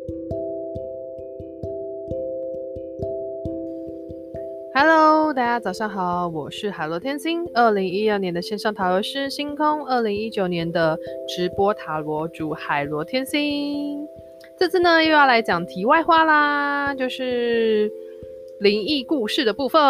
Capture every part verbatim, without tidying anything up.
Hello， 大家早上好，我是海螺天星。二零一二年的线上塔罗师星空，二零一九年的直播塔罗主海螺天星。这次呢又要来讲题外话啦，就是灵异故事的部分。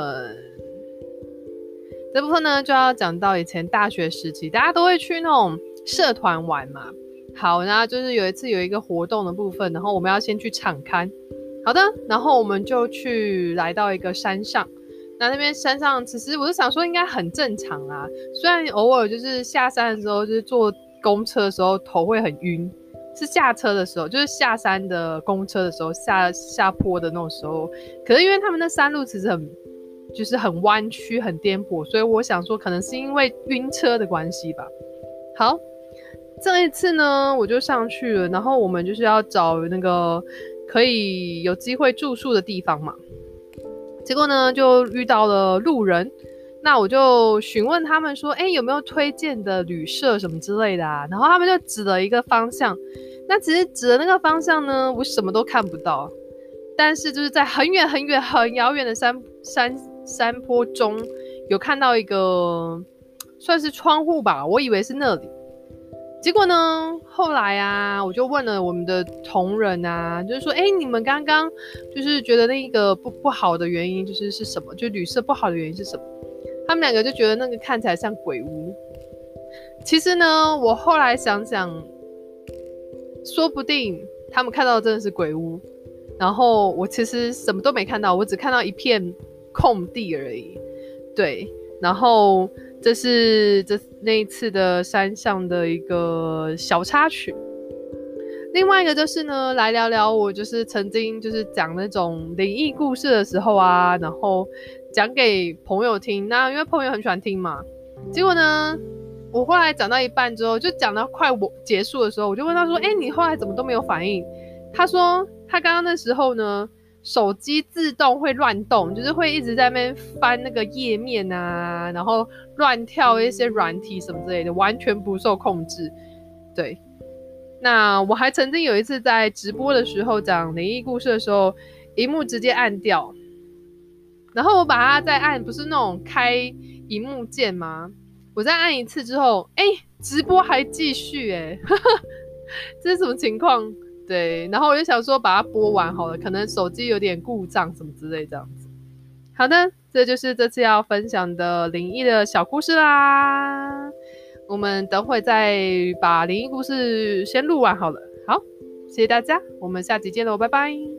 这部分呢就要讲到以前大学时期，大家都会去那种社团玩嘛。好，那就是有一次有一个活动的部分，然后我们要先去场勘。好的，然后我们就去来到一个山上。那那边山上，其实我就想说应该很正常啊。虽然偶尔就是下山的时候，就是坐公车的时候头会很晕，是下车的时候，就是下山的公车的时候，下下坡的那种时候。可是因为他们那山路其实很就是很弯曲、很颠簸，所以我想说可能是因为晕车的关系吧。好，这一次呢，我就上去了，然后我们就是要找那个可以有机会住宿的地方嘛。结果呢就遇到了路人，那我就询问他们说，哎，有没有推荐的旅社什么之类的啊？然后他们就指了一个方向，那其实指的那个方向呢，我什么都看不到，但是就是在很远很远很遥远的山山山坡中，有看到一个算是窗户吧，我以为是那里。结果呢，后来啊，我就问了我们的同仁啊，就是说，哎，你们刚刚就是觉得那个不不好的原因就是是什么？就旅社不好的原因是什么？他们两个就觉得那个看起来像鬼屋。其实呢，我后来想想，说不定他们看到的真的是鬼屋，然后我其实什么都没看到，我只看到一片空地而已。对，然后这是这那一次的山上的一个小插曲。另外一个就是呢，来聊聊我就是曾经就是讲那种灵异故事的时候啊，然后讲给朋友听。那因为朋友很喜欢听嘛，结果呢，我后来讲到一半之后，就讲到快我结束的时候，我就问他说：“哎，你后来怎么都没有反应？”他说他刚刚那时候呢，手机自动会乱动，就是会一直在那边翻那个页面啊，然后乱跳一些软体什么之类的，完全不受控制。对，那我还曾经有一次在直播的时候讲灵异故事的时候，萤幕直接按掉，然后我把它再按，不是那种开萤幕键吗？我再按一次之后，哎，直播还继续哎，这是什么情况？对，然后我就想说把它播完好了，可能手机有点故障什么之类这样子。好的，这就是这次要分享的灵异的小故事啦。我们等会再把灵异故事先录完好了。好，谢谢大家，我们下集见喽，拜拜。